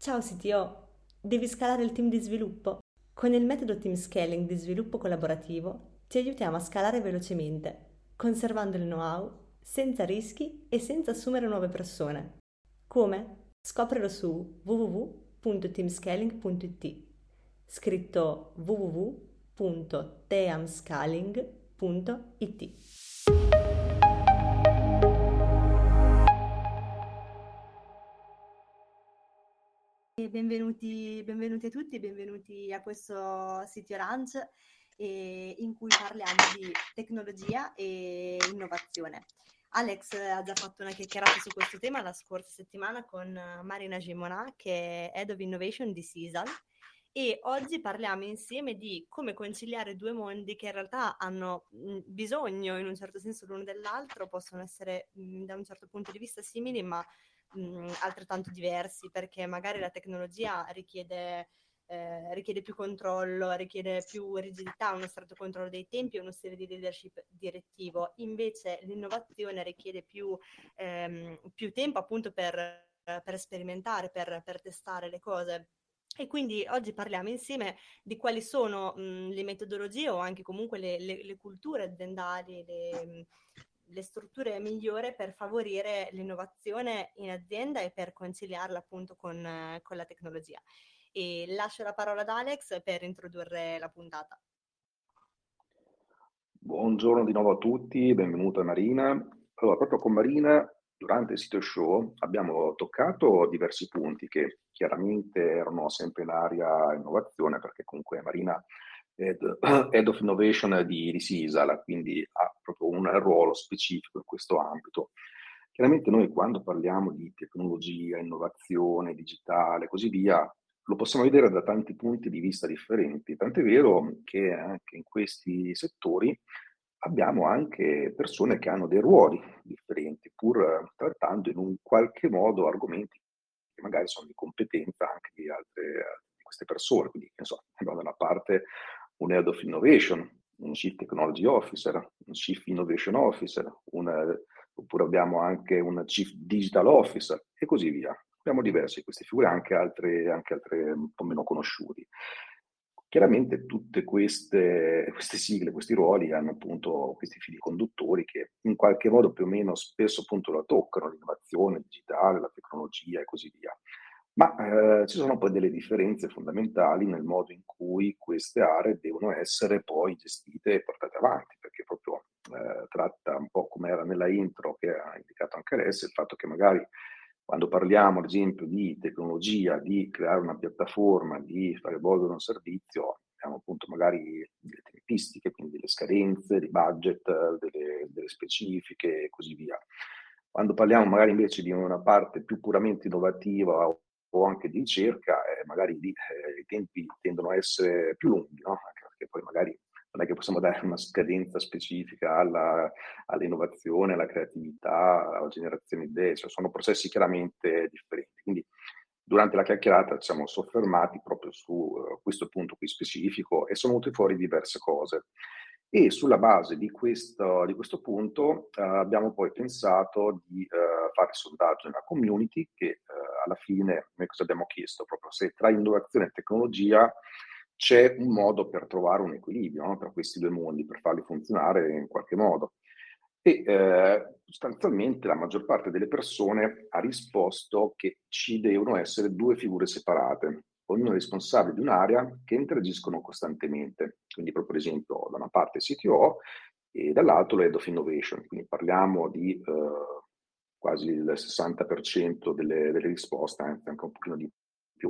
Ciao CTO, devi scalare il team di sviluppo? Con il metodo Team Scaling di sviluppo collaborativo ti aiutiamo a scalare velocemente, conservando il know-how, senza rischi e senza assumere nuove persone. Come? Scoprilo su www.teamscaling.it, scritto www.teamscaling.it. E benvenuti a tutti, benvenuti a questo City Ranch in cui parliamo di tecnologia e innovazione. Alex ha già fatto una chiacchierata su questo tema la scorsa settimana con Marina Gimona, che è Head of Innovation di Sisal, e oggi parliamo insieme di come conciliare due mondi che in realtà hanno bisogno in un certo senso l'uno dell'altro, possono essere da un certo punto di vista simili, ma altrettanto diversi, perché magari la tecnologia richiede più controllo, richiede più rigidità, uno stretto controllo dei tempi e uno stile di leadership direttivo. Invece l'innovazione richiede più tempo appunto per sperimentare, per testare le cose. E quindi oggi parliamo insieme di quali sono le metodologie o anche comunque le culture aziendali, le strutture migliori per favorire l'innovazione in azienda e per conciliarla appunto con la tecnologia. E lascio la parola ad Alex per introdurre la puntata. Buongiorno di nuovo a tutti, benvenuta Marina. Allora, proprio con Marina, durante il sito show, abbiamo toccato diversi punti che chiaramente erano sempre in area innovazione, perché comunque Marina è Head of Innovation di Sisal, quindi ha proprio un ruolo specifico in questo ambito. Chiaramente noi quando parliamo di tecnologia, innovazione, digitale e così via, lo possiamo vedere da tanti punti di vista differenti, tant'è vero che anche in questi settori abbiamo anche persone che hanno dei ruoli differenti, pur trattando in un qualche modo argomenti che magari sono di competenza anche di queste persone. Quindi, non so, abbiamo da una parte un Head of Innovation, un Chief Technology Officer, un Chief Innovation Officer, oppure abbiamo anche un Chief Digital Officer e così via. Abbiamo diverse di queste figure, anche altre un po' meno conosciuti. Chiaramente tutte queste sigle, questi ruoli hanno appunto questi fili conduttori che in qualche modo più o meno spesso appunto la toccano, l'innovazione digitale, la tecnologia e così via. Ma ci sono poi delle differenze fondamentali nel modo in cui queste aree devono essere poi gestite e portate avanti, perché proprio tratta un po' come era nella intro che ha indicato anche lei, il fatto che magari quando parliamo, ad esempio, di tecnologia, di creare una piattaforma, di far evolvere un servizio, abbiamo appunto magari delle tempistiche, quindi delle scadenze, dei budget, delle specifiche e così via. Quando parliamo magari invece di una parte più puramente innovativa o anche di ricerca, magari lì i tempi tendono a essere più lunghi, no? Anche perché poi magari non è che possiamo dare una scadenza specifica all'innovazione, alla creatività, alla generazione di idee, cioè sono processi chiaramente differenti. Quindi durante la chiacchierata ci siamo soffermati proprio su questo punto qui specifico e sono venute fuori diverse cose. E sulla base di questo punto abbiamo poi pensato di fare sondaggio nella community che alla fine noi cosa abbiamo chiesto? Proprio se tra innovazione e tecnologia c'è un modo per trovare un equilibrio, no? Tra questi due mondi, per farli funzionare in qualche modo. E sostanzialmente la maggior parte delle persone ha risposto che ci devono essere due figure separate, ognuno responsabile di un'area che interagiscono costantemente. Quindi proprio ad esempio da una parte il CTO e dall'altro l'Head of Innovation. Quindi parliamo di quasi il 60% delle risposte, anche un pochino di più.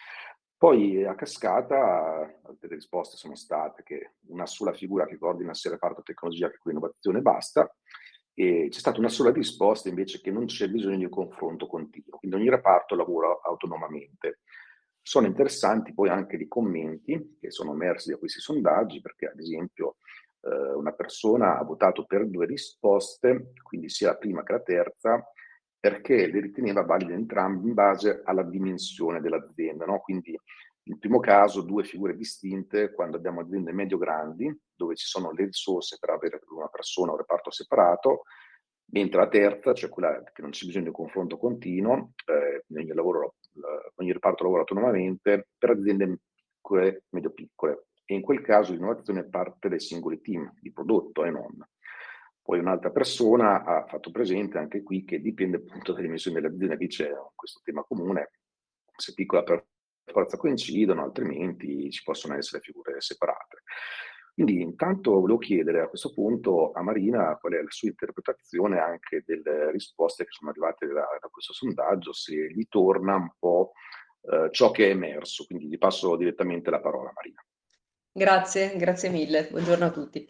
Poi a cascata altre risposte sono state che una sola figura che coordina sia il reparto tecnologia che innovazione basta, e c'è stata una sola risposta invece che non c'è bisogno di un confronto continuo, quindi ogni reparto lavora autonomamente. Sono interessanti poi anche i commenti che sono emersi da questi sondaggi, perché ad esempio una persona ha votato per due risposte, quindi sia la prima che la terza, perché le riteneva valide entrambe in base alla dimensione dell'azienda, no? Quindi nel primo caso due figure distinte quando abbiamo aziende medio-grandi, dove ci sono le risorse per avere una persona o un reparto separato, mentre la terza, cioè quella che non c'è bisogno di un confronto continuo, quindi ogni lavoro ogni reparto lavora autonomamente per aziende piccole, medio-piccole, e in quel caso l'innovazione parte dai singoli team di prodotto e non. Poi un'altra persona ha fatto presente anche qui che dipende appunto dalle dimensioni dell'azienda, che c'è questo tema comune, se piccola per forza coincidono, altrimenti ci possono essere figure separate. Quindi intanto volevo chiedere a questo punto a Marina qual è la sua interpretazione anche delle risposte che sono arrivate da questo sondaggio, se gli torna un po' ciò che è emerso. Quindi gli passo direttamente la parola a Marina. Grazie, grazie mille, buongiorno a tutti.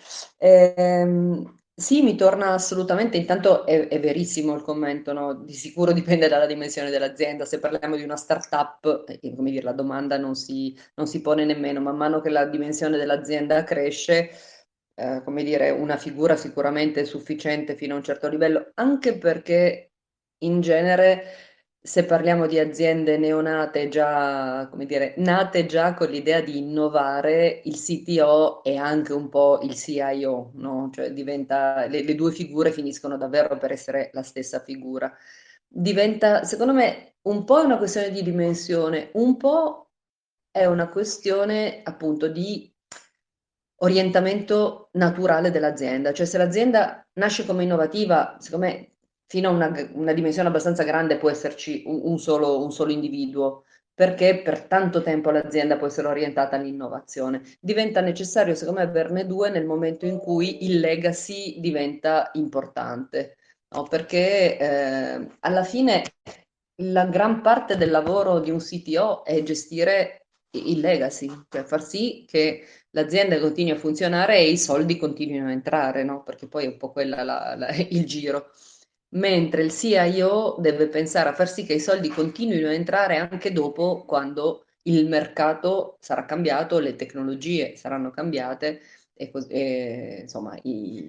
Sì, mi torna assolutamente, intanto è verissimo il commento, no? Di sicuro dipende dalla dimensione dell'azienda, se parliamo di una startup, come dire, la domanda non si pone nemmeno, man mano che la dimensione dell'azienda cresce, come dire, una figura sicuramente è sufficiente fino a un certo livello, anche perché in genere se parliamo di aziende neonate già, come dire, nate già con l'idea di innovare, il CTO è anche un po' il CIO, no? Cioè diventa, le due figure finiscono davvero per essere la stessa figura. Diventa, secondo me, un po' è una questione di dimensione, un po' è una questione appunto di orientamento naturale dell'azienda. Cioè se l'azienda nasce come innovativa, secondo me fino a una dimensione abbastanza grande può esserci un solo individuo, perché per tanto tempo l'azienda può essere orientata all'innovazione. Diventa necessario, secondo me, averne due nel momento in cui il legacy diventa importante, no? Perché alla fine la gran parte del lavoro di un CTO è gestire il legacy, cioè far sì che l'azienda continui a funzionare e i soldi continuino a entrare, no? Perché poi è un po' quella il giro. Mentre il CIO deve pensare a far sì che i soldi continuino a entrare anche dopo, quando il mercato sarà cambiato, le tecnologie saranno cambiate e, insomma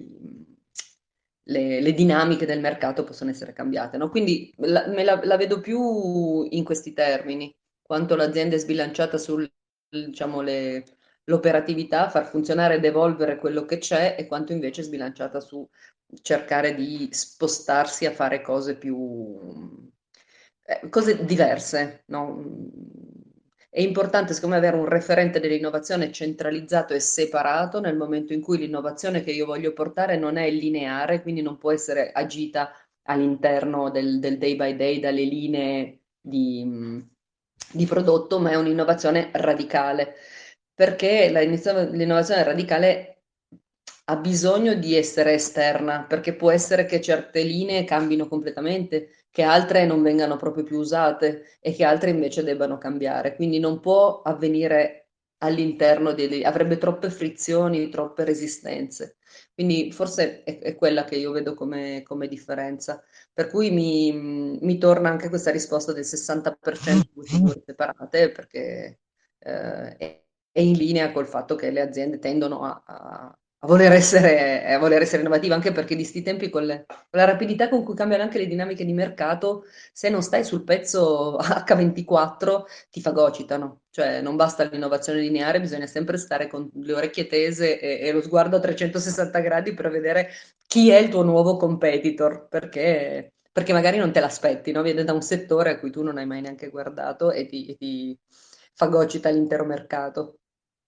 le dinamiche del mercato possono essere cambiate, no? Quindi la vedo più in questi termini, quanto l'azienda è sbilanciata sul, diciamo, l'operatività, far funzionare ed evolvere quello che c'è, e quanto invece è sbilanciata su cercare di spostarsi a fare cose più, cose diverse, no? È importante, secondo me, avere un referente dell'innovazione centralizzato e separato nel momento in cui l'innovazione che io voglio portare non è lineare, quindi non può essere agita all'interno del day by day dalle linee di prodotto, ma è un'innovazione radicale, perché l'innovazione radicale ha bisogno di essere esterna, perché può essere che certe linee cambino completamente, che altre non vengano proprio più usate e che altre invece debbano cambiare. Quindi non può avvenire all'interno avrebbe troppe frizioni, troppe resistenze. Quindi forse è quella che io vedo come differenza. Per cui mi torna anche questa risposta del 60% di figure separate, perché è in linea col fatto che le aziende tendono a voler essere innovative, anche perché di sti tempi, con la rapidità con cui cambiano anche le dinamiche di mercato, se non stai sul pezzo H24 ti fagocitano. Cioè non basta l'innovazione lineare, bisogna sempre stare con le orecchie tese e lo sguardo a 360 gradi per vedere chi è il tuo nuovo competitor, perché magari non te l'aspetti, no? Viene da un settore a cui tu non hai mai neanche guardato e ti fagocita l'intero mercato.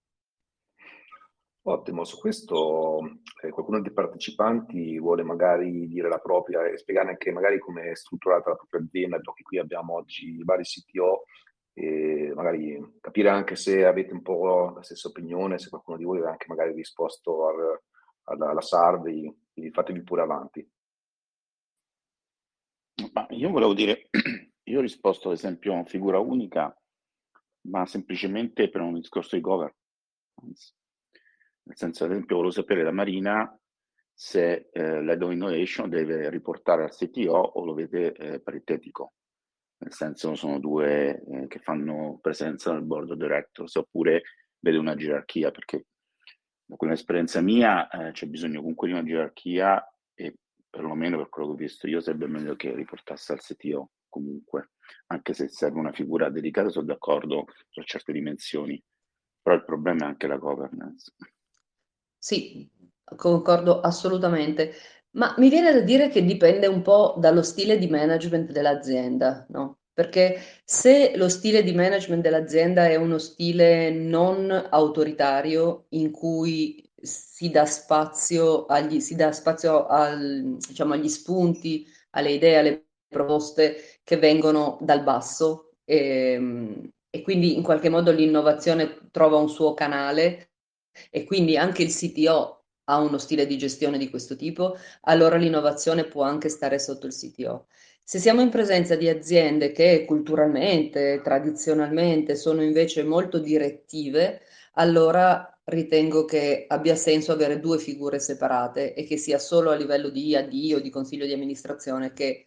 Ottimo, su questo qualcuno dei partecipanti vuole magari dire la propria e spiegare anche magari come è strutturata la propria azienda, dato che qui abbiamo oggi i vari CTO, e magari capire anche se avete un po' la stessa opinione, se qualcuno di voi aveva anche magari risposto alla survey, quindi fatevi pure avanti. Ma io volevo dire, io ho risposto ad esempio a figura unica, ma semplicemente per un discorso di governance. Nel senso, ad esempio, volevo sapere da Marina se l'Head of Innovation deve riportare al CTO o lo vede paritetico. Nel senso, sono due che fanno presenza nel board of directors, oppure vede una gerarchia, perché da quell'esperienza mia c'è bisogno comunque di una gerarchia, e perlomeno per quello che ho visto io sarebbe meglio che riportasse al CTO comunque, anche se serve una figura dedicata, sono d'accordo su certe dimensioni, però il problema è anche la governance. Sì, concordo assolutamente, ma mi viene da dire che dipende un po' dallo stile di management dell'azienda, no? perché se lo stile di management dell'azienda è uno stile non autoritario in cui si dà spazio diciamo, agli spunti, alle idee, alle proposte che vengono dal basso e quindi in qualche modo l'innovazione trova un suo canale e quindi anche il CTO ha uno stile di gestione di questo tipo, allora l'innovazione può anche stare sotto il CTO. Se siamo in presenza di aziende che culturalmente, tradizionalmente sono invece molto direttive, allora ritengo che abbia senso avere due figure separate e che sia solo a livello di IAD o di consiglio di amministrazione che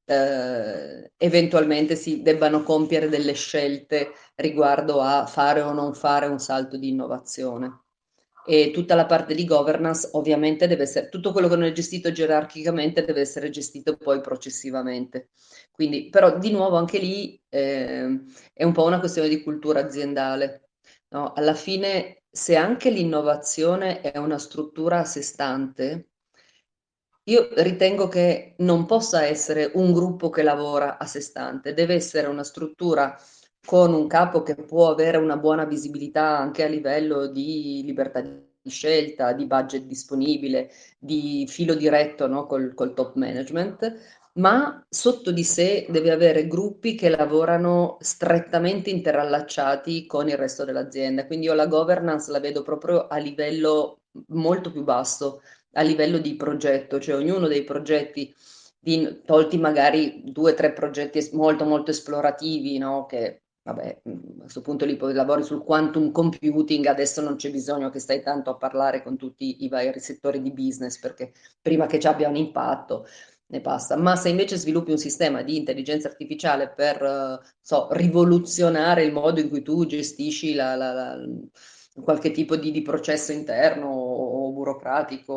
eventualmente si debbano compiere delle scelte riguardo a fare o non fare un salto di innovazione. E tutta la parte di governance ovviamente deve essere, tutto quello che non è gestito gerarchicamente deve essere gestito poi processivamente. Quindi, però di nuovo anche lì è un po' una questione di cultura aziendale. No? Alla fine, se anche l'innovazione è una struttura a sé stante, io ritengo che non possa essere un gruppo che lavora a sé stante, deve essere una struttura con un capo che può avere una buona visibilità anche a livello di libertà di scelta, di budget disponibile, di filo diretto, no, col top management, ma sotto di sé deve avere gruppi che lavorano strettamente interallacciati con il resto dell'azienda. Quindi io la governance la vedo proprio a livello molto più basso a livello di progetto, cioè ognuno dei progetti, tolti magari due o tre progetti molto molto esplorativi, no? Che vabbè, a questo punto lì poi lavori sul quantum computing, adesso non c'è bisogno che stai tanto a parlare con tutti i vari settori di business, perché prima che ci abbia un impatto ne basta. Ma se invece sviluppi un sistema di intelligenza artificiale per, rivoluzionare il modo in cui tu gestisci qualche tipo di processo interno o burocratico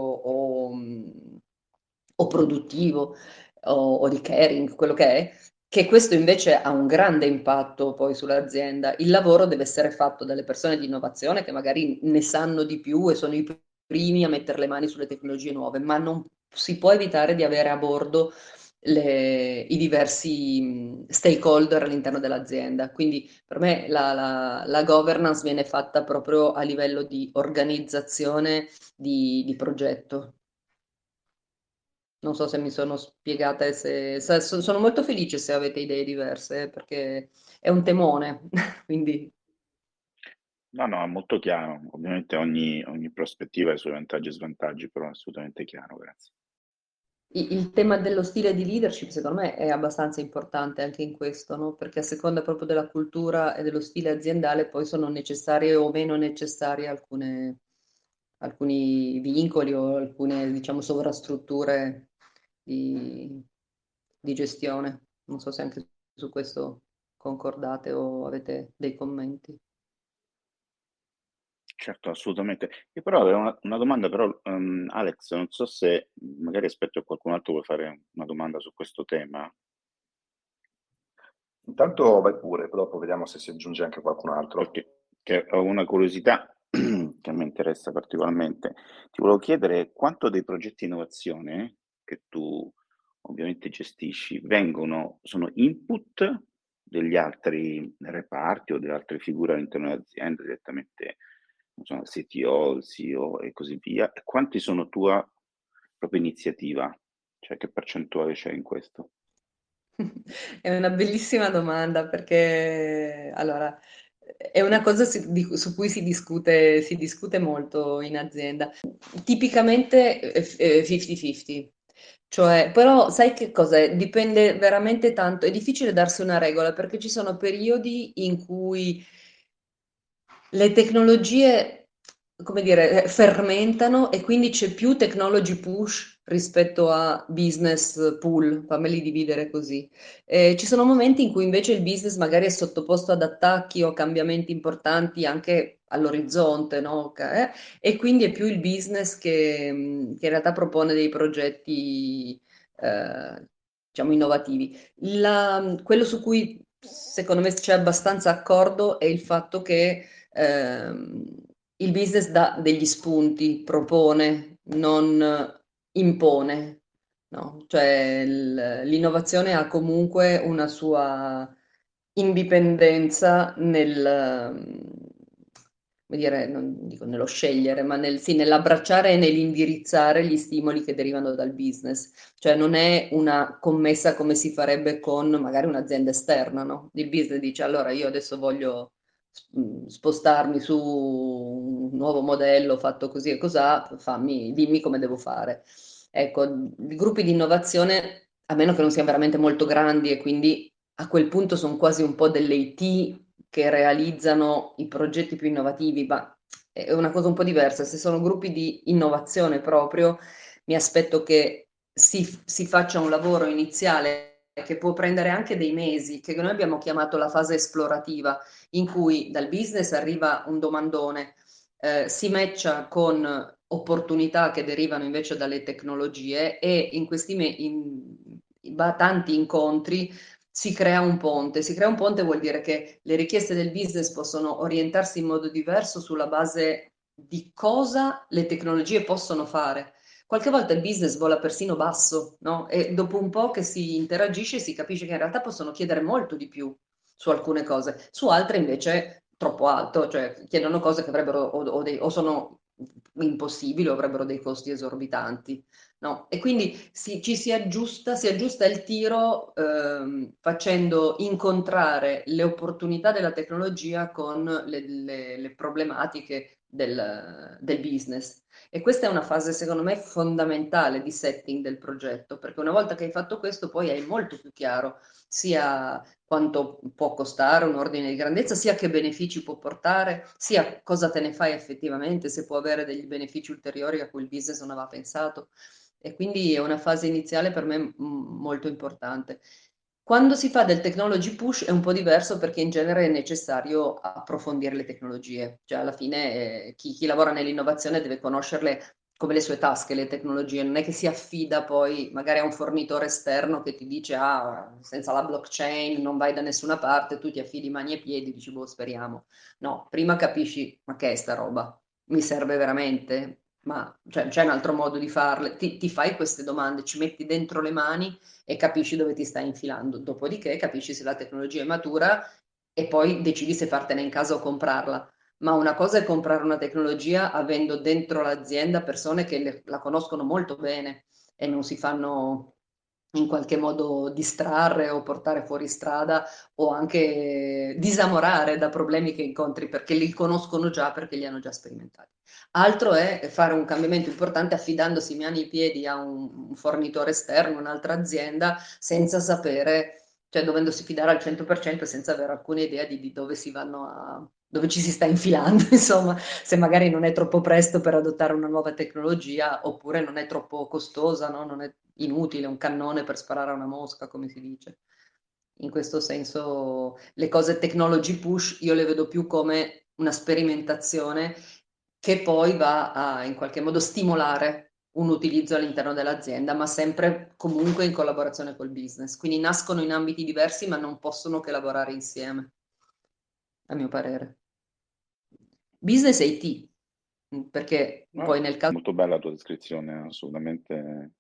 o produttivo o di caring, quello che questo invece ha un grande impatto poi sull'azienda. Il lavoro deve essere fatto dalle persone di innovazione che magari ne sanno di più e sono i primi a mettere le mani sulle tecnologie nuove, ma non si può evitare di avere a bordo i diversi stakeholder all'interno dell'azienda. Quindi per me la governance viene fatta proprio a livello di organizzazione di progetto. Non so se mi sono spiegata e sono molto felice se avete idee diverse, perché è un temone, quindi No, no, è molto chiaro. Ovviamente ogni prospettiva ha i suoi vantaggi e svantaggi, però è assolutamente chiaro, grazie. il tema dello stile di leadership, secondo me, è abbastanza importante anche in questo, no? Perché a seconda proprio della cultura e dello stile aziendale, poi sono necessarie o meno necessarie alcuni vincoli o alcune, diciamo, sovrastrutture di, di gestione. Non so se anche su questo concordate o avete dei commenti. Certo, assolutamente. Io però avevo una domanda, però, Alex, non so se magari aspetto che qualcun altro vuole fare una domanda su questo tema. Intanto vai pure, poi dopo vediamo se si aggiunge anche qualcun altro. Che ho una curiosità che mi interessa particolarmente. Ti volevo chiedere quanto dei progetti di innovazione che tu ovviamente gestisci sono input degli altri reparti o delle altre figure all'interno dell'azienda, direttamente, non so, il CTO, il CEO e così via, e quanti sono tua propria iniziativa? Cioè che percentuale c'è in questo? È una bellissima domanda perché allora è una cosa su cui si discute molto in azienda. Tipicamente 50-50, cioè, però sai che cos'è? Dipende veramente tanto, è difficile darsi una regola perché ci sono periodi in cui le tecnologie, come dire, fermentano e quindi c'è più technology push rispetto a business pull, fammeli dividere così. Ci sono momenti in cui invece il business magari è sottoposto ad attacchi o cambiamenti importanti anche all'orizzonte, no? E quindi è più il business che in realtà propone dei progetti, diciamo, innovativi. Quello su cui secondo me c'è abbastanza accordo è il fatto che ehm, il business dà degli spunti, propone, non impone, no? Cioè l'innovazione ha comunque una sua indipendenza come dire, non dico nello scegliere, ma sì, nell'abbracciare e nell'indirizzare gli stimoli che derivano dal business. Cioè non è una commessa come si farebbe con magari un'azienda esterna, no? Il business dice allora io adesso voglio spostarmi su un nuovo modello fatto così e cosà, dimmi come devo fare. Ecco, i gruppi di innovazione, a meno che non siano veramente molto grandi e quindi a quel punto sono quasi un po' delle IT che realizzano i progetti più innovativi, ma è una cosa un po' diversa. Se sono gruppi di innovazione proprio, mi aspetto che si faccia un lavoro iniziale che può prendere anche dei mesi, che noi abbiamo chiamato la fase esplorativa, in cui dal business arriva un domandone, si matcha con opportunità che derivano invece dalle tecnologie e in tanti incontri si crea un ponte. Si crea un ponte vuol dire che le richieste del business possono orientarsi in modo diverso sulla base di cosa le tecnologie possono fare. Qualche volta il business vola persino basso, no? E dopo un po' che si interagisce si capisce che in realtà possono chiedere molto di più su alcune cose, su altre invece troppo alto, cioè chiedono cose che avrebbero o sono impossibili o avrebbero dei costi esorbitanti. No? E quindi si aggiusta il tiro facendo incontrare le opportunità della tecnologia con le problematiche del business. E questa è una fase, secondo me, fondamentale di setting del progetto, perché una volta che hai fatto questo, poi hai molto più chiaro sia quanto può costare un ordine di grandezza, sia che benefici può portare, sia cosa te ne fai effettivamente, se può avere degli benefici ulteriori a cui il business non aveva pensato. E quindi è una fase iniziale per me molto importante. Quando si fa del technology push è un po' diverso perché in genere è necessario approfondire le tecnologie, cioè alla fine chi lavora nell'innovazione deve conoscerle come le sue tasche, le tecnologie, non è che si affida poi magari a un fornitore esterno che ti dice ah, senza la blockchain non vai da nessuna parte, tu ti affidi mani e piedi, dici boh, speriamo. No, prima capisci ma che è sta roba? Mi serve veramente? Ma cioè, c'è un altro modo di farle? Ti fai queste domande, ci metti dentro le mani e capisci dove ti stai infilando. Dopodiché capisci se la tecnologia è matura e poi decidi se fartene in casa o comprarla. Ma una cosa è comprare una tecnologia avendo dentro l'azienda persone che la conoscono molto bene e non si fanno in qualche modo distrarre o portare fuori strada o anche disamorare da problemi che incontri perché li conoscono già, perché li hanno già sperimentati. Altro è fare un cambiamento importante affidandosi mani e piedi a un fornitore esterno, un'altra azienda, senza sapere, cioè dovendosi fidare al 100% senza avere alcuna idea di dove si vanno dove ci si sta infilando, insomma, se magari non è troppo presto per adottare una nuova tecnologia oppure non è troppo costosa, no? Non è inutile un cannone per sparare a una mosca, come si dice. In questo senso le cose technology push io le vedo più come una sperimentazione che poi va a in qualche modo stimolare un utilizzo all'interno dell'azienda, ma sempre comunque in collaborazione col business. Quindi nascono in ambiti diversi, ma non possono che lavorare insieme, a mio parere. Business e IT, perché poi nel caso... Molto bella la tua descrizione, assolutamente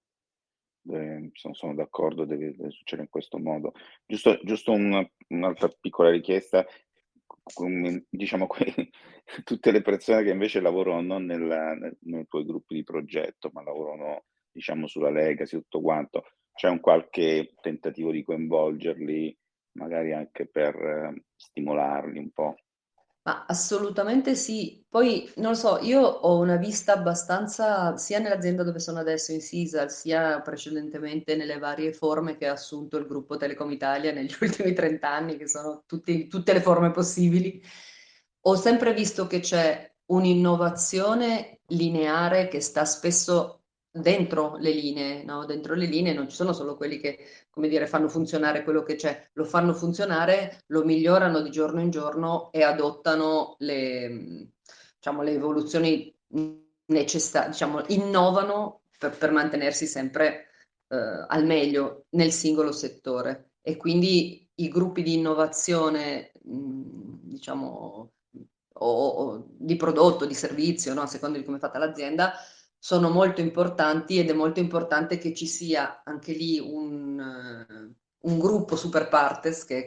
sono d'accordo, deve succedere in questo modo. Giusto un'altra piccola richiesta, diciamo tutte le persone che invece lavorano non nei tuoi gruppi di progetto, ma lavorano diciamo sulla legacy, tutto quanto, c'è un qualche tentativo di coinvolgerli, magari anche per stimolarli un po'. Ma assolutamente sì. Poi non lo so, io ho una vista abbastanza sia nell'azienda dove sono adesso in Sisal, sia precedentemente nelle varie forme che ha assunto il gruppo Telecom Italia negli ultimi 30 anni, che sono tutte le forme possibili. Ho sempre visto che c'è un'innovazione lineare che sta spesso dentro le linee, no? Dentro le linee non ci sono solo quelli che, come dire, fanno funzionare quello che c'è, lo fanno funzionare, lo migliorano di giorno in giorno e adottano diciamo, le evoluzioni necessarie, diciamo, innovano per mantenersi sempre al meglio nel singolo settore. E quindi i gruppi di innovazione, diciamo, o di prodotto, di servizio, no? A seconda di come è fatta l'azienda, sono molto importanti ed è molto importante che ci sia anche lì un gruppo super partes che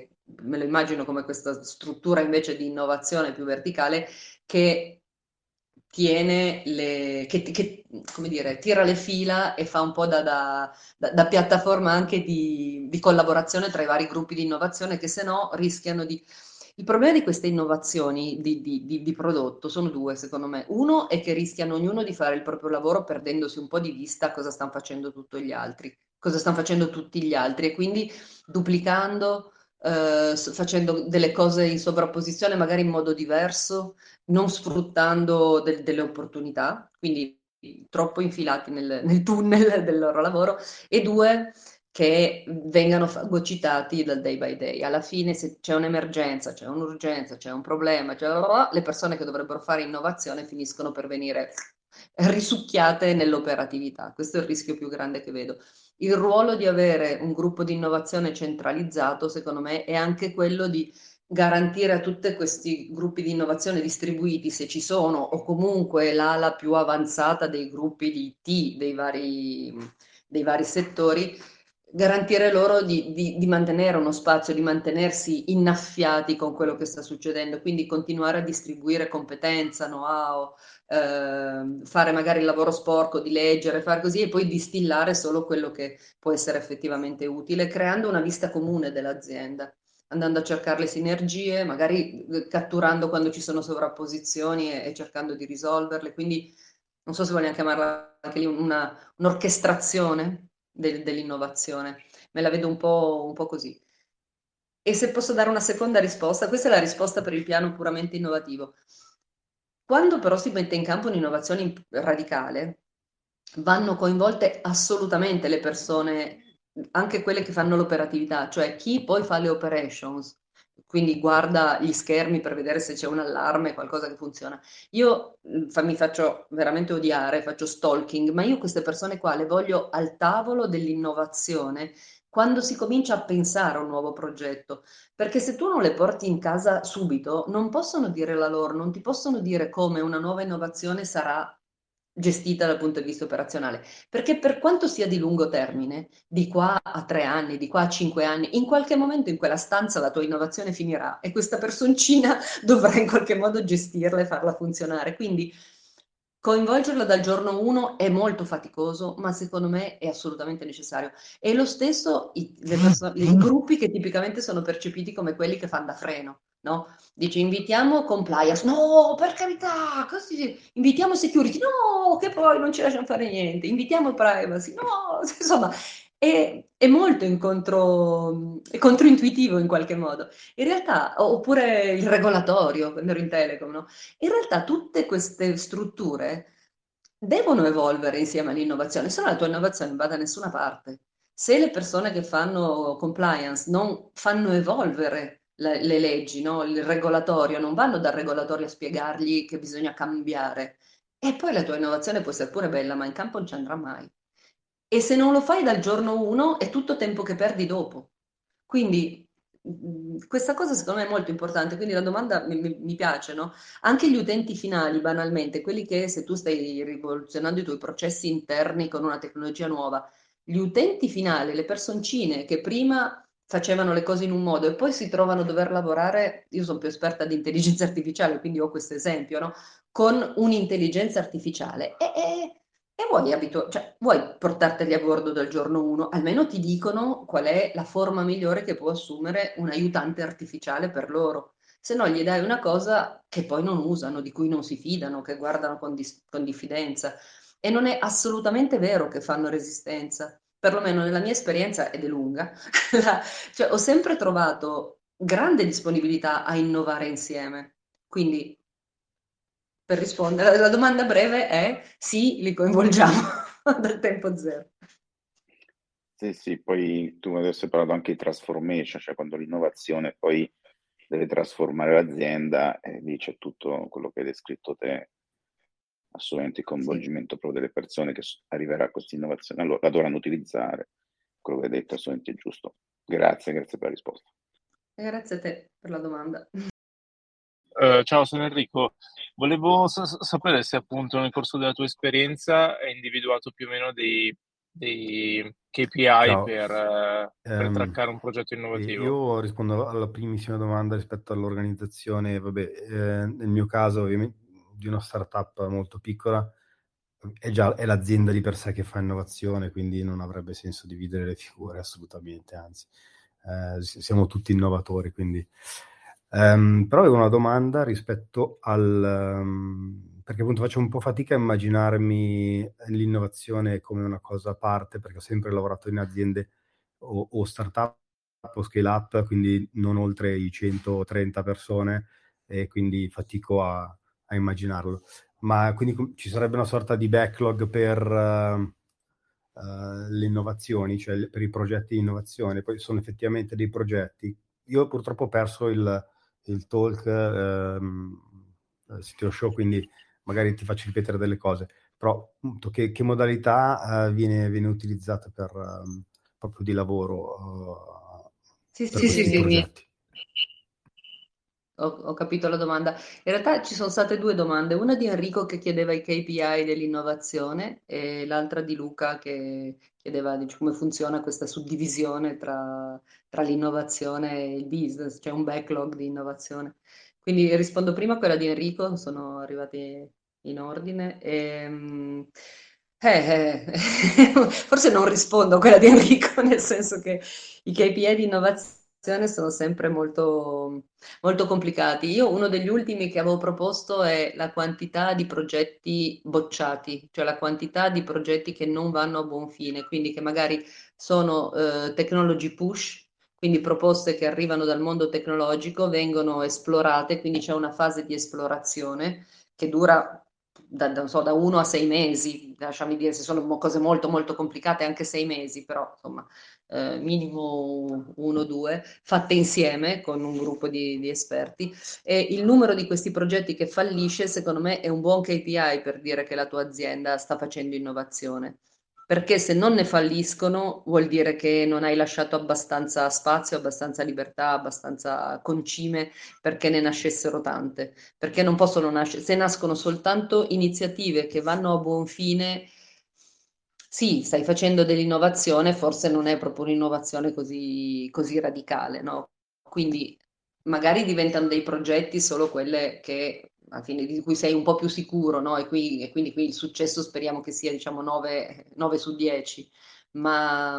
me lo immagino come questa struttura invece di innovazione più verticale che tiene come dire, tira le fila e fa un po' da piattaforma anche di collaborazione tra i vari gruppi di innovazione che se no rischiano di... Il problema di queste innovazioni di prodotto sono due, secondo me. Uno è che rischiano ognuno di fare il proprio lavoro perdendosi un po' di vista cosa stanno facendo tutti gli altri, cosa stanno facendo tutti gli altri e quindi duplicando, facendo delle cose in sovrapposizione magari in modo diverso, non sfruttando delle opportunità, quindi troppo infilati nel tunnel del loro lavoro, e due, che vengano fagocitati dal day by day. Alla fine, se c'è un'emergenza, c'è un'urgenza, c'è un problema, le persone che dovrebbero fare innovazione finiscono per venire risucchiate nell'operatività. Questo è il rischio più grande che vedo. Il ruolo di avere un gruppo di innovazione centralizzato, secondo me, è anche quello di garantire a tutti questi gruppi di innovazione distribuiti, se ci sono, o comunque l'ala più avanzata dei gruppi di IT dei vari settori, garantire loro di mantenere uno spazio, di mantenersi innaffiati con quello che sta succedendo, quindi continuare a distribuire competenza, know-how, fare magari il lavoro sporco di leggere, fare così e poi distillare solo quello che può essere effettivamente utile, creando una vista comune dell'azienda, andando a cercare le sinergie, magari catturando quando ci sono sovrapposizioni e cercando di risolverle. Quindi non so se vogliamo chiamarla anche lì un'orchestrazione dell'innovazione. Me la vedo un po' così. E se posso dare una seconda risposta, questa è la risposta per il piano puramente innovativo. Quando però si mette in campo un'innovazione radicale, vanno coinvolte assolutamente le persone, anche quelle che fanno l'operatività, cioè chi poi fa le operations, quindi guarda gli schermi per vedere se c'è un allarme, qualcosa che funziona. Io mi faccio veramente odiare, faccio stalking, ma io queste persone qua le voglio al tavolo dell'innovazione quando si comincia a pensare a un nuovo progetto. Perché se tu non le porti in casa subito, non possono dire la loro, non ti possono dire come una nuova innovazione sarà gestita dal punto di vista operazionale. Perché per quanto sia di lungo termine, di qua a 3 anni, di qua a 5 anni, in qualche momento in quella stanza la tua innovazione finirà e questa personcina dovrà in qualche modo gestirla e farla funzionare. Quindi coinvolgerla dal giorno 1 è molto faticoso, ma secondo me è assolutamente necessario. E lo stesso i gruppi che tipicamente sono percepiti come quelli che fanno da freno, no? Dice invitiamo compliance, no, per carità, così, invitiamo security, no, che poi non ci lasciano fare niente, invitiamo privacy, no, insomma, è molto è controintuitivo in qualche modo. In realtà, oppure il regolatorio, quando ero in Telecom, no? In realtà tutte queste strutture devono evolvere insieme all'innovazione, se no la tua innovazione non va da nessuna parte. Se le persone che fanno compliance non fanno evolvere le leggi, no? Il regolatorio, non vanno dal regolatorio a spiegargli che bisogna cambiare. E poi la tua innovazione può essere pure bella, ma in campo non ci andrà mai. E se non lo fai dal giorno 1 è tutto tempo che perdi dopo. Quindi questa cosa secondo me è molto importante, quindi la domanda mi piace, no? Anche gli utenti finali, banalmente, quelli che se tu stai rivoluzionando i tuoi processi interni con una tecnologia nuova, gli utenti finali, le personcine che prima facevano le cose in un modo e poi si trovano a dover lavorare, io sono più esperta di intelligenza artificiale, quindi ho questo esempio, no? Con un'intelligenza artificiale. E cioè, vuoi portarteli a bordo dal giorno 1? Almeno ti dicono qual è la forma migliore che può assumere un aiutante artificiale per loro. Se no gli dai una cosa che poi non usano, di cui non si fidano, che guardano con diffidenza. E non è assolutamente vero che fanno resistenza. Perlomeno nella mia esperienza, ed è lunga, cioè, ho sempre trovato grande disponibilità a innovare insieme. Quindi per rispondere, la domanda breve è sì, li coinvolgiamo dal tempo zero. Sì, sì, poi tu adesso hai parlato anche di transformation, cioè quando l'innovazione poi deve trasformare l'azienda e lì c'è tutto quello che hai descritto te, assolutamente il Sì. coinvolgimento proprio delle persone che arriverà a questa innovazione, allora la dovranno utilizzare, quello che hai detto è assolutamente giusto. Grazie per la risposta. Grazie a te per la domanda. Ciao, sono Enrico. Volevo sapere se appunto nel corso della tua esperienza hai individuato più o meno dei dei KPI Ciao. per traccare un progetto innovativo? Io rispondo alla primissima domanda rispetto all'organizzazione. Nel mio caso, ovviamente, di una startup molto piccola, è l'azienda di per sé che fa innovazione, quindi non avrebbe senso dividere le figure assolutamente, anzi, siamo tutti innovatori, quindi. Però avevo una domanda rispetto perché appunto faccio un po' fatica a immaginarmi l'innovazione come una cosa a parte, perché ho sempre lavorato in aziende o startup o scale up, quindi non oltre i 130 persone, e quindi fatico a immaginarlo. Ma quindi ci sarebbe una sorta di backlog per le innovazioni, cioè per i progetti di innovazione, poi sono effettivamente dei progetti. Io purtroppo ho perso il talk CTO Show, quindi magari ti faccio ripetere delle cose, però appunto, che modalità viene utilizzata per proprio di lavoro Sì, per sì, questi sì, progetti? ho capito la domanda. In realtà ci sono state due domande, una di Enrico che chiedeva i KPI dell'innovazione e l'altra di Luca che chiedeva come funziona questa suddivisione tra l'innovazione e il business, cioè un backlog di innovazione. Quindi rispondo prima a quella di Enrico, sono arrivati in ordine. Forse non rispondo a quella di Enrico, nel senso che i KPI di innovazione sono sempre molto, molto complicati. Io uno degli ultimi che avevo proposto è la quantità di progetti bocciati, cioè la quantità di progetti che non vanno a buon fine, quindi che magari sono technology push, quindi proposte che arrivano dal mondo tecnologico, vengono esplorate, quindi c'è una fase di esplorazione che dura non so, da 1 a 6 mesi, lasciami dire, se sono cose molto molto complicate, anche 6 mesi, però insomma minimo 1 o 2, fatte insieme con un gruppo di esperti. E il numero di questi progetti che fallisce, secondo me, è un buon KPI per dire che la tua azienda sta facendo innovazione. Perché se non ne falliscono vuol dire che non hai lasciato abbastanza spazio, abbastanza libertà, abbastanza concime perché ne nascessero tante. Perché non possono nascere, se nascono soltanto iniziative che vanno a buon fine, sì, stai facendo dell'innovazione, forse non è proprio un'innovazione così radicale, no? Quindi magari diventano dei progetti solo quelle che alla fine di cui sei un po' più sicuro, no? E quindi qui il successo speriamo che sia, diciamo, 9 su 10, ma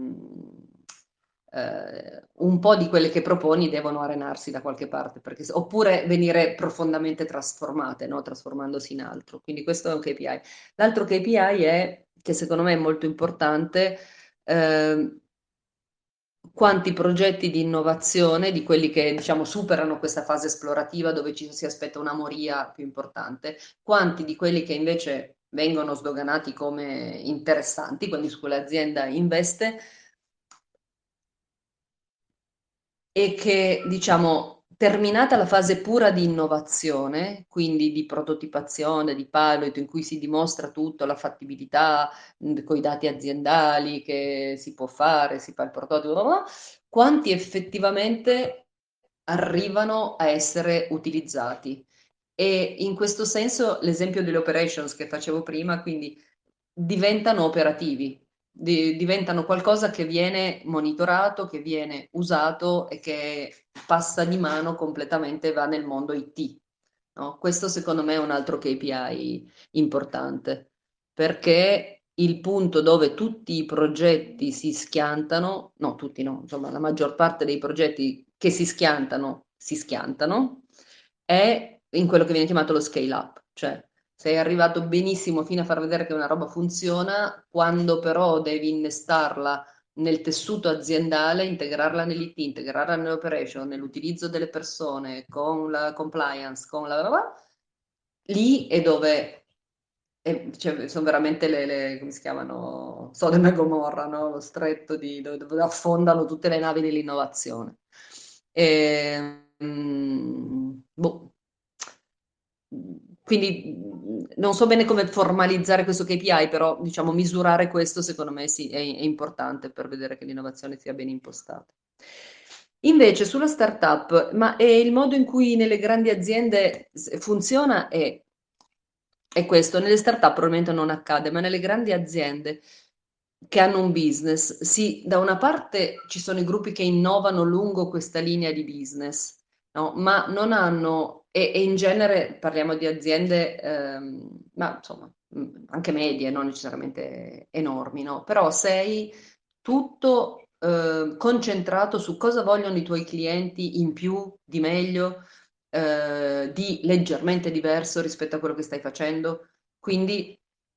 un po' di quelle che proponi devono arenarsi da qualche parte, oppure venire profondamente trasformate, no? Trasformandosi in altro. Quindi questo è un KPI. L'altro KPI è, che secondo me è molto importante, eh, quanti progetti di innovazione, di quelli che diciamo superano questa fase esplorativa dove ci si aspetta una moria più importante, quanti di quelli che invece vengono sdoganati come interessanti, quindi su cui l'azienda investe, e che, diciamo, terminata la fase pura di innovazione, quindi di prototipazione, di pilot, in cui si dimostra tutto, la fattibilità con i dati aziendali che si può fare, si fa il prototipo, bla bla bla, quanti effettivamente arrivano a essere utilizzati. E in questo senso l'esempio delle operations che facevo prima, quindi diventano operativi, diventano qualcosa che viene monitorato, che viene usato e che passa di mano completamente, va nel mondo IT. No? Questo secondo me è un altro KPI importante, perché il punto dove tutti i progetti si schiantano, no, tutti no, insomma la maggior parte dei progetti che si schiantano, è in quello che viene chiamato lo scale up, cioè sei arrivato benissimo fino a far vedere che una roba funziona, quando però devi innestarla nel tessuto aziendale, integrarla nell'IT, integrarla nell'operation, nell'utilizzo delle persone, con la compliance, con la. Lì è dove cioè, sono veramente come si chiamano, Sodoma e Gomorra, no? Lo stretto dove affondano tutte le navi dell'innovazione. Boh. Quindi non so bene come formalizzare questo KPI, però diciamo misurare questo secondo me sì, è importante per vedere che l'innovazione sia ben impostata. Invece sulla startup, ma è il modo in cui nelle grandi aziende funziona è questo, nelle startup probabilmente non accade, ma nelle grandi aziende che hanno un business, sì, da una parte ci sono i gruppi che innovano lungo questa linea di business, no? Ma non hanno, e in genere parliamo di aziende, ma insomma, anche medie, non necessariamente enormi, no? Però sei tutto concentrato su cosa vogliono i tuoi clienti in più, di meglio, di leggermente diverso rispetto a quello che stai facendo. Quindi,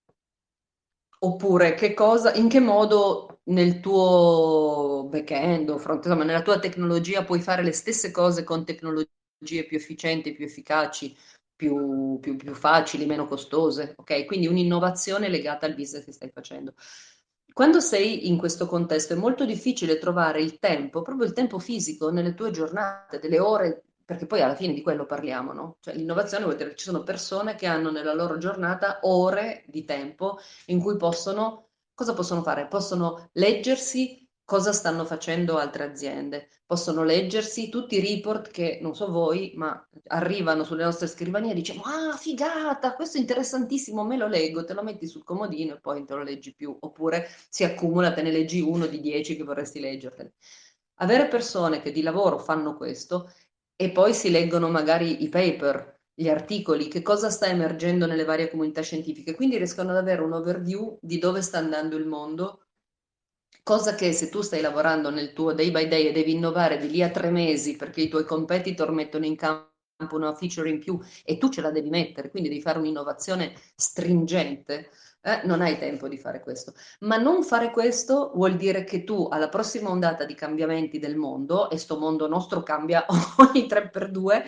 oppure che cosa, in che modo nel tuo back-end o front, insomma, nella tua tecnologia puoi fare le stesse cose con tecnologie più efficienti, più efficaci, più facili, meno costose, ok? Quindi un'innovazione legata al business che stai facendo. Quando sei in questo contesto è molto difficile trovare il tempo, proprio il tempo fisico nelle tue giornate, delle ore, perché poi alla fine di quello parliamo, no? Cioè l'innovazione vuol dire che ci sono persone che hanno nella loro giornata ore di tempo in cui possono, cosa possono fare? Possono leggersi cosa stanno facendo altre aziende, possono leggersi tutti i report che, non so voi, ma arrivano sulle nostre scrivanie e diciamo, ah, figata, questo è interessantissimo, me lo leggo, te lo metti sul comodino e poi non te lo leggi più, oppure si accumula, te ne leggi uno di 10 che vorresti leggertene. Avere persone che di lavoro fanno questo e poi si leggono magari i paper, gli articoli, che cosa sta emergendo nelle varie comunità scientifiche, quindi riescono ad avere un overview di dove sta andando il mondo, cosa che se tu stai lavorando nel tuo day by day e devi innovare di lì a 3 mesi perché i tuoi competitor mettono in campo una feature in più e tu ce la devi mettere, quindi devi fare un'innovazione stringente, non hai tempo di fare questo. Ma non fare questo vuol dire che tu alla prossima ondata di cambiamenti del mondo, e sto mondo nostro cambia ogni 3x2,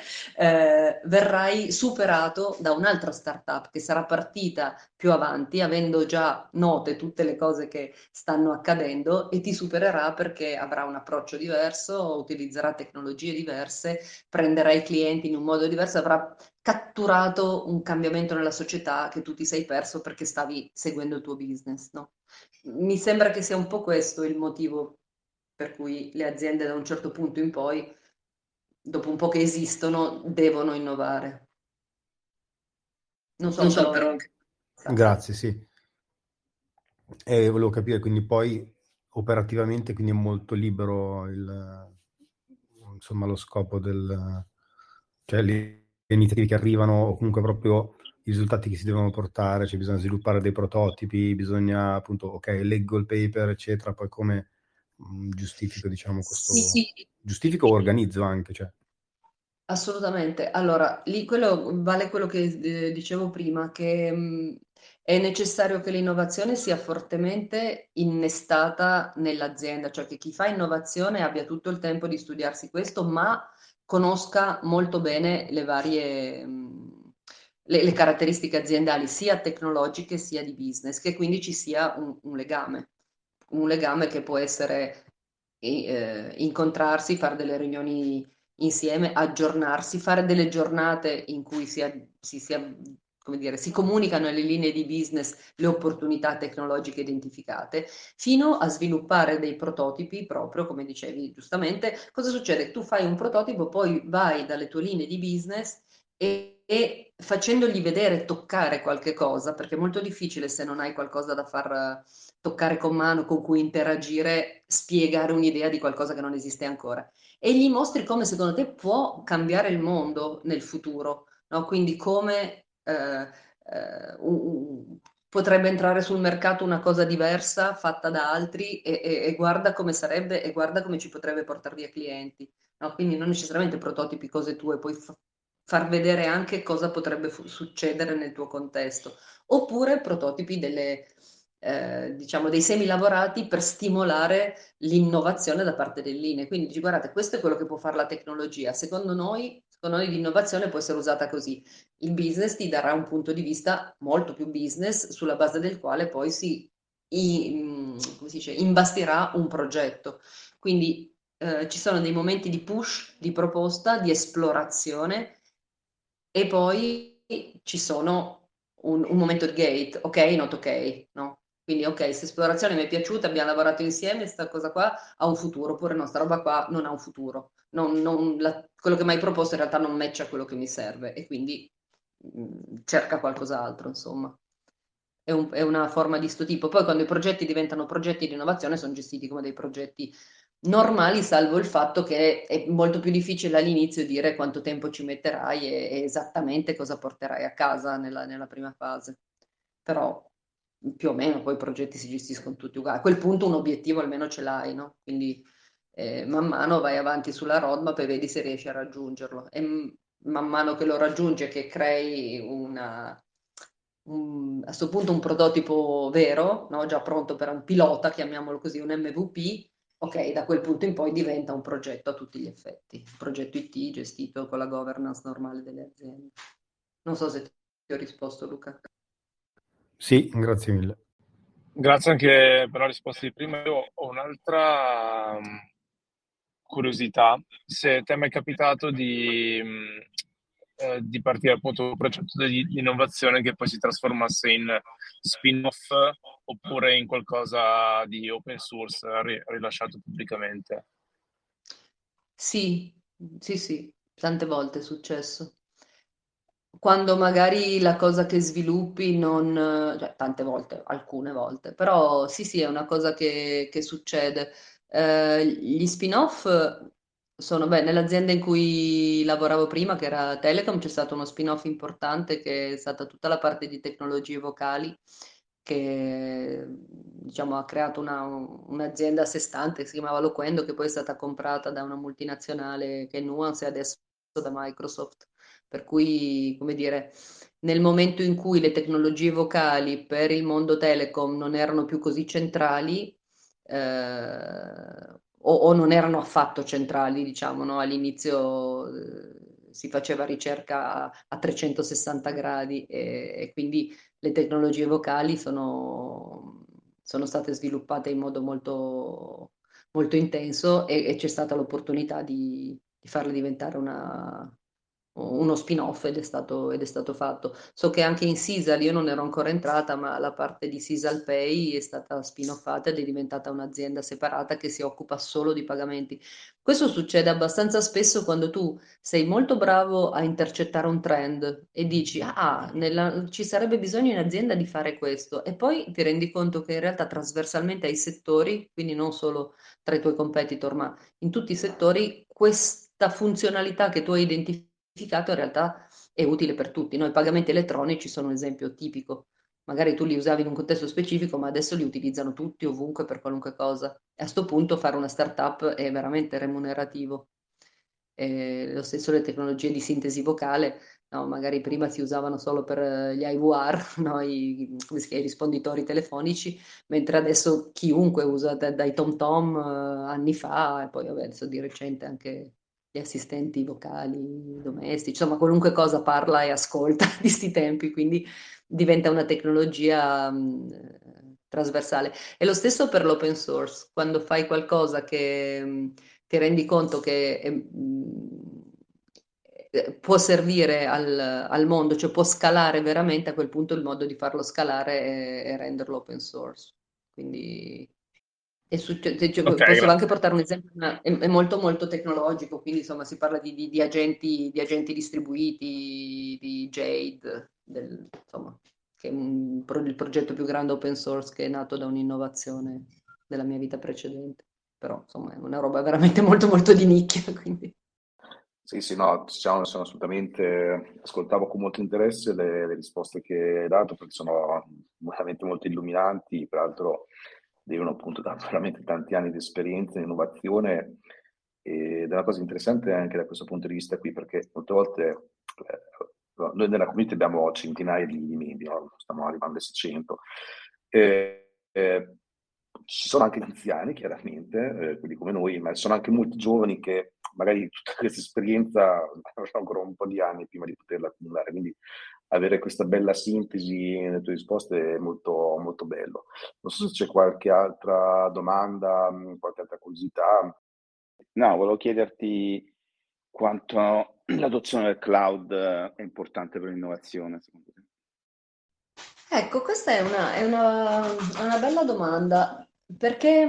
verrai superato da un'altra startup che sarà partita più avanti, avendo già note tutte le cose che stanno accadendo e ti supererà perché avrà un approccio diverso, utilizzerà tecnologie diverse, prenderà i clienti in un modo diverso, avrà catturato un cambiamento nella società che tu ti sei perso perché stavi seguendo il tuo business, no? Mi sembra che sia un po' questo il motivo per cui le aziende da un certo punto in poi, dopo un po' che esistono, devono innovare. Non so, Non so, però... Grazie, sì. E volevo capire, quindi poi operativamente quindi è molto libero insomma, lo scopo cioè le iniziative che arrivano o comunque proprio i risultati che si devono portare, cioè bisogna sviluppare dei prototipi, bisogna appunto, ok, leggo il paper, eccetera, poi come giustifico, diciamo, questo... Sì, Giustifico o organizzo anche, cioè. assolutamente. Allora, lì vale quello che dicevo prima, che è necessario che l'innovazione sia fortemente innestata nell'azienda, cioè che chi fa innovazione abbia tutto il tempo di studiarsi questo, ma conosca molto bene le varie le caratteristiche aziendali, sia tecnologiche sia di business, che quindi ci sia un legame che può essere incontrarsi, fare delle riunioni insieme, aggiornarsi, fare delle giornate in cui come dire, si comunicano le linee di business, le opportunità tecnologiche identificate, fino a sviluppare dei prototipi proprio, come dicevi giustamente. Cosa succede? Tu fai un prototipo, poi vai dalle tue linee di business e facendogli vedere, toccare qualche cosa, perché è molto difficile se non hai qualcosa da far toccare con mano, con cui interagire, spiegare un'idea di qualcosa che non esiste ancora e gli mostri come secondo te può cambiare il mondo nel futuro, no? Quindi come potrebbe entrare sul mercato una cosa diversa fatta da altri e guarda come sarebbe e guarda come ci potrebbe portare via clienti, no? Quindi non necessariamente prototipi cose tue, puoi far vedere anche cosa potrebbe succedere nel tuo contesto, oppure prototipi diciamo dei semi lavorati per stimolare l'innovazione da parte delle linee. Quindi dici, guardate, questo è quello che può fare la tecnologia. Secondo noi l'innovazione può essere usata così. Il business ti darà un punto di vista molto più business sulla base del quale poi come si dice, imbastirà un progetto. Quindi ci sono dei momenti di push, di proposta, di esplorazione e poi ci sono un momento di gate, ok, not ok, no? Quindi ok, questa esplorazione mi è piaciuta, abbiamo lavorato insieme, questa cosa qua ha un futuro, oppure no, sta roba qua non ha un futuro. Quello che mi hai proposto in realtà non matcha quello che mi serve e quindi cerca qualcos'altro, insomma. è una forma di sto tipo. Poi quando i progetti diventano progetti di innovazione sono gestiti come dei progetti normali, salvo il fatto che è molto più difficile all'inizio dire quanto tempo ci metterai e esattamente cosa porterai a casa nella prima fase. Però più o meno poi i progetti si gestiscono tutti uguali. A quel punto un obiettivo almeno ce l'hai, no? Quindi man mano vai avanti sulla roadmap e vedi se riesci a raggiungerlo. E man mano che lo raggiungi e che crei a questo punto un prototipo vero, no? Già pronto per un pilota, chiamiamolo così, un MVP, ok, da quel punto in poi diventa un progetto a tutti gli effetti, un progetto IT gestito con la governance normale delle aziende. Non so se ti ho risposto, Luca. Sì, grazie mille. Grazie anche per la risposta di prima. Io ho un'altra curiosità. Se ti è mai capitato di partire appunto da un progetto di innovazione che poi si trasformasse in spin-off oppure in qualcosa di open source rilasciato pubblicamente. Sì, sì, tante volte è successo. Quando magari la cosa che sviluppi non, cioè tante volte, alcune volte, però sì, è una cosa che succede. Gli spin-off sono, beh, nell'azienda in cui lavoravo prima, che era Telecom, c'è stato uno spin-off importante che è stata tutta la parte di tecnologie vocali, che diciamo ha creato un'azienda a sé stante che si chiamava Loquendo, che poi è stata comprata da una multinazionale che è Nuance e adesso da Microsoft. Per cui, come dire, nel momento in cui le tecnologie vocali per il mondo telecom non erano più così centrali, o non erano affatto centrali, diciamo, no? All'inizio si faceva ricerca a 360 gradi e quindi le tecnologie vocali sono state sviluppate in modo molto, molto intenso e c'è stata l'opportunità di farle diventare uno spin-off ed è stato fatto. So che anche in Sisal, io non ero ancora entrata, ma la parte di Sisal Pay è stata spin-offata ed è diventata un'azienda separata che si occupa solo di pagamenti. Questo succede abbastanza spesso quando tu sei molto bravo a intercettare un trend e dici, ci sarebbe bisogno in azienda di fare questo, e poi ti rendi conto che in realtà trasversalmente ai settori, quindi non solo tra i tuoi competitor, ma in tutti i settori, questa funzionalità che tu hai identificato in realtà è utile per tutti. No? I pagamenti elettronici sono un esempio tipico. Magari tu li usavi in un contesto specifico, ma adesso li utilizzano tutti ovunque per qualunque cosa. E a sto punto fare una startup è veramente remunerativo. Lo stesso le tecnologie di sintesi vocale, no? Magari prima si usavano solo per gli IVR, no? Come si chiama, i risponditori telefonici, mentre adesso chiunque usa dai TomTom anni fa, e poi vabbè, adesso di recente anche gli assistenti vocali domestici, insomma qualunque cosa parla e ascolta di sti tempi, quindi diventa una tecnologia trasversale. E lo stesso per l'open source, quando fai qualcosa che ti rendi conto che può servire al mondo, cioè può scalare veramente, a quel punto il modo di farlo scalare è renderlo open source. Quindi Ok, posso anche grazie. portare un esempio, ma è molto molto tecnologico, quindi insomma si parla di agenti distribuiti, di Jade, insomma, che è il progetto più grande open source che è nato da un'innovazione della mia vita precedente. Però insomma è una roba veramente molto molto di nicchia, quindi. Sì, no, sono assolutamente, ascoltavo con molto interesse le risposte che hai dato perché sono veramente molto illuminanti, peraltro derivano appunto da veramente tanti anni di esperienza in innovazione ed è una cosa interessante anche da questo punto di vista qui perché molte volte noi nella community abbiamo centinaia di membri, no? Stiamo arrivando ai 600. Ci sono anche anziani, chiaramente, quelli come noi, ma ci sono anche molti giovani che magari tutta questa esperienza avranno ancora un po' di anni prima di poterla accumulare. Quindi avere questa bella sintesi nelle tue risposte è molto, molto bello. Non so se c'è qualche altra domanda, qualche altra curiosità. No, volevo chiederti quanto l'adozione del cloud è importante per l'innovazione, secondo te. Ecco, questa è una bella domanda, perché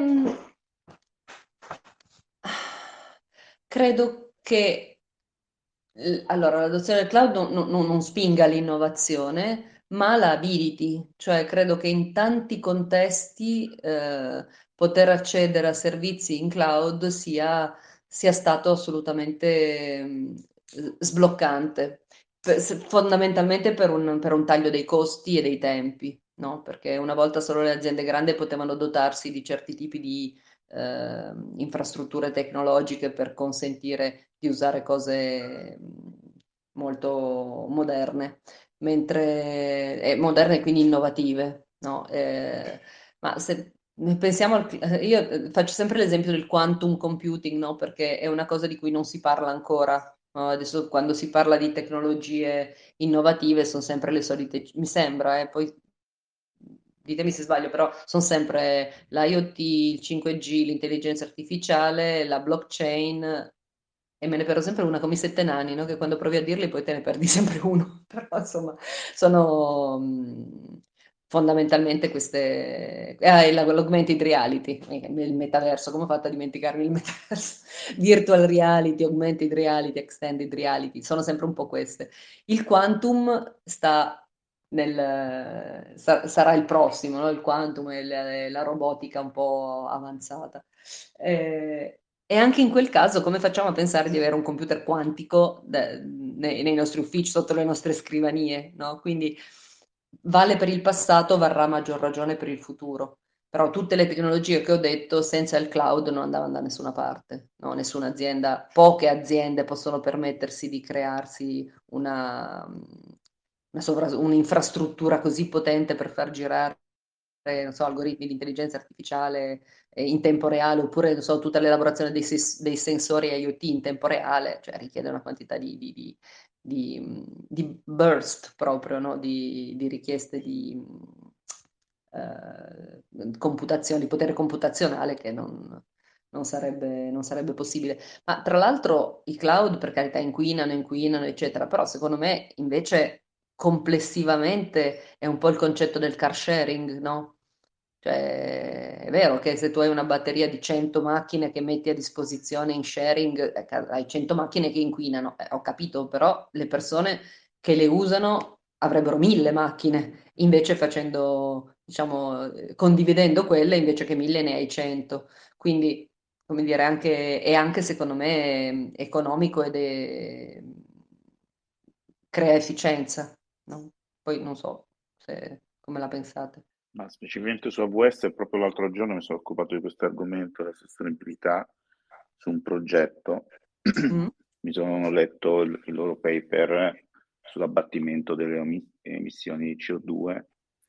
credo che allora, l'adozione del cloud non spinga l'innovazione, ma la ability, cioè credo che in tanti contesti poter accedere a servizi in cloud sia stato assolutamente sbloccante, fondamentalmente per un taglio dei costi e dei tempi, no? Perché una volta solo le aziende grandi potevano dotarsi di certi tipi di infrastrutture tecnologiche per consentire di usare cose molto moderne, moderne e quindi innovative, no? Ma se pensiamo io faccio sempre l'esempio del quantum computing, no? Perché è una cosa di cui non si parla ancora. No? Adesso quando si parla di tecnologie innovative sono sempre le solite, mi sembra, poi ditemi se sbaglio, però sono sempre l'IoT, il 5G, l'intelligenza artificiale, la blockchain, e me ne perdo sempre una come i sette nani, no? Che quando provi a dirli poi te ne perdi sempre uno, però insomma sono fondamentalmente queste... e l'augmented reality, il metaverso, come ho fatto a dimenticarmi il metaverso? Virtual reality, augmented reality, extended reality, sono sempre un po' queste. Il quantum sarà il prossimo, no? Il quantum e la robotica un po' avanzata. E anche in quel caso, come facciamo a pensare di avere un computer quantico nei nostri uffici, sotto le nostre scrivanie, no? Quindi vale per il passato, varrà a maggior ragione per il futuro. Però tutte le tecnologie che ho detto, senza il cloud non andavano da nessuna parte, no? Nessuna azienda, poche aziende possono permettersi di crearsi un'infrastruttura così potente per far girare, non so, algoritmi di intelligenza artificiale in tempo reale, oppure non so, tutta l'elaborazione dei sensori IoT in tempo reale, cioè richiede una quantità di burst proprio, no? Di richieste di computazione, di potere computazionale che non sarebbe possibile. Ma tra l'altro i cloud, per carità, inquinano, eccetera, però secondo me invece complessivamente è un po' il concetto del car sharing, no? Cioè, è vero che se tu hai una batteria di 100 macchine che metti a disposizione in sharing, hai 100 macchine che inquinano, ho capito, però le persone che le usano avrebbero 1000 macchine, invece facendo, diciamo, condividendo quelle, invece che 1000 ne hai 100. Quindi, come dire, è anche secondo me economico crea efficienza, no? Poi non so come la pensate. Ma specificamente su AWS, proprio l'altro giorno mi sono occupato di questo argomento, la sostenibilità, su un progetto. Mm? Mi sono letto il loro paper sull'abbattimento delle emissioni di CO2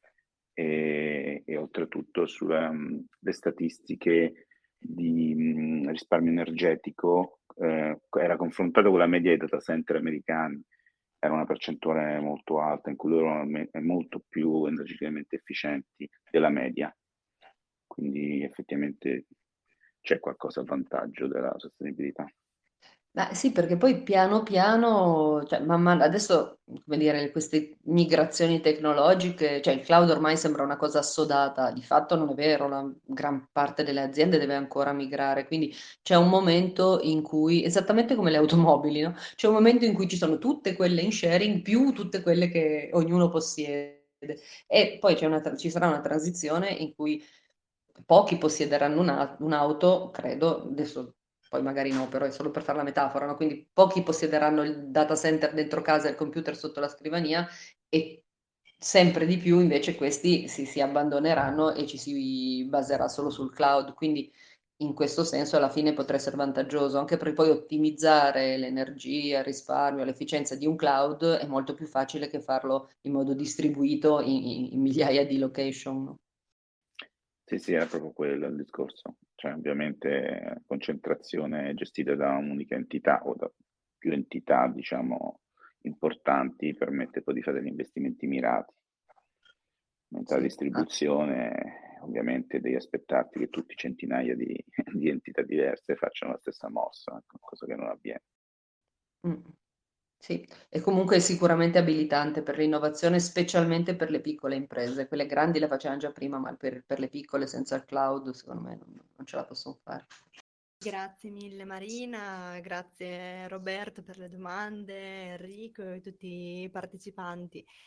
e oltretutto sulle statistiche di risparmio energetico. Era confrontato con la media dei data center americani, era una percentuale molto alta, in cui loro erano molto più energeticamente efficienti della media. Quindi effettivamente c'è qualcosa a vantaggio della sostenibilità. Sì, perché poi piano piano, cioè, adesso, come dire, queste migrazioni tecnologiche, cioè il cloud ormai sembra una cosa assodata, di fatto non è vero, la gran parte delle aziende deve ancora migrare, quindi c'è un momento in cui, esattamente come le automobili, no? C'è un momento in cui ci sono tutte quelle in sharing più tutte quelle che ognuno possiede e poi ci sarà una transizione in cui pochi possiederanno un'auto, credo, adesso poi magari no, però è solo per fare la metafora, no? Quindi pochi possiederanno il data center dentro casa e il computer sotto la scrivania e sempre di più invece questi si abbandoneranno e ci si baserà solo sul cloud. Quindi in questo senso alla fine potrà essere vantaggioso, anche perché poi ottimizzare l'energia, il risparmio, l'efficienza di un cloud è molto più facile che farlo in modo distribuito in migliaia di location, no? Sì, sì, era proprio quello il discorso. Cioè, ovviamente concentrazione gestita da un'unica entità o da più entità, diciamo, importanti permette poi di fare degli investimenti mirati. Mentre la Sì. distribuzione, ovviamente devi aspettarti che tutti centinaia di entità diverse facciano la stessa mossa, cosa che non avviene. Mm. Sì, e comunque è sicuramente abilitante per l'innovazione, specialmente per le piccole imprese. Quelle grandi le facevano già prima, ma per le piccole senza il cloud, secondo me non ce la possono fare. Grazie mille Marina, grazie Roberto per le domande, Enrico e tutti i partecipanti.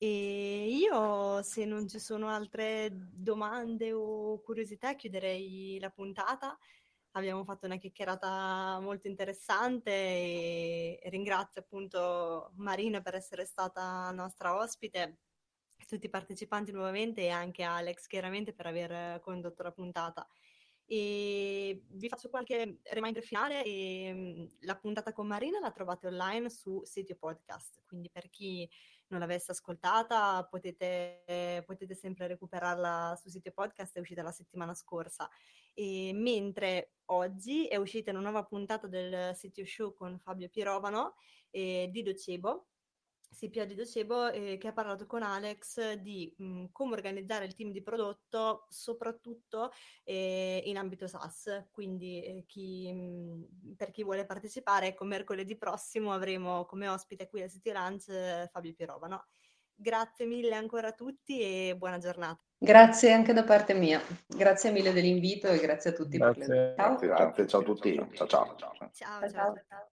E io, se non ci sono altre domande o curiosità, chiuderei la puntata. Abbiamo fatto una chiacchierata molto interessante e ringrazio appunto Marina per essere stata nostra ospite, tutti i partecipanti nuovamente e anche Alex chiaramente per aver condotto la puntata. E vi faccio qualche reminder finale. La puntata con Marina la trovate online su Sitio Podcast, quindi per chi non l'avesse ascoltata potete sempre recuperarla su Sitio Podcast, è uscita la settimana scorsa. E mentre oggi è uscita una nuova puntata del Sitio Show con Fabio Pirovano e Dido Cebo, CPO di Docebo, che ha parlato con Alex di come organizzare il team di prodotto, soprattutto in ambito SaaS. Quindi per chi vuole partecipare, ecco, mercoledì prossimo avremo come ospite qui al City Lunch Fabio Pirovano. Grazie mille ancora a tutti e buona giornata. Grazie anche da parte mia. Grazie mille dell'invito e grazie a tutti per le Grazie. ciao. Grazie, ciao a tutti. Ciao ciao. Ciao.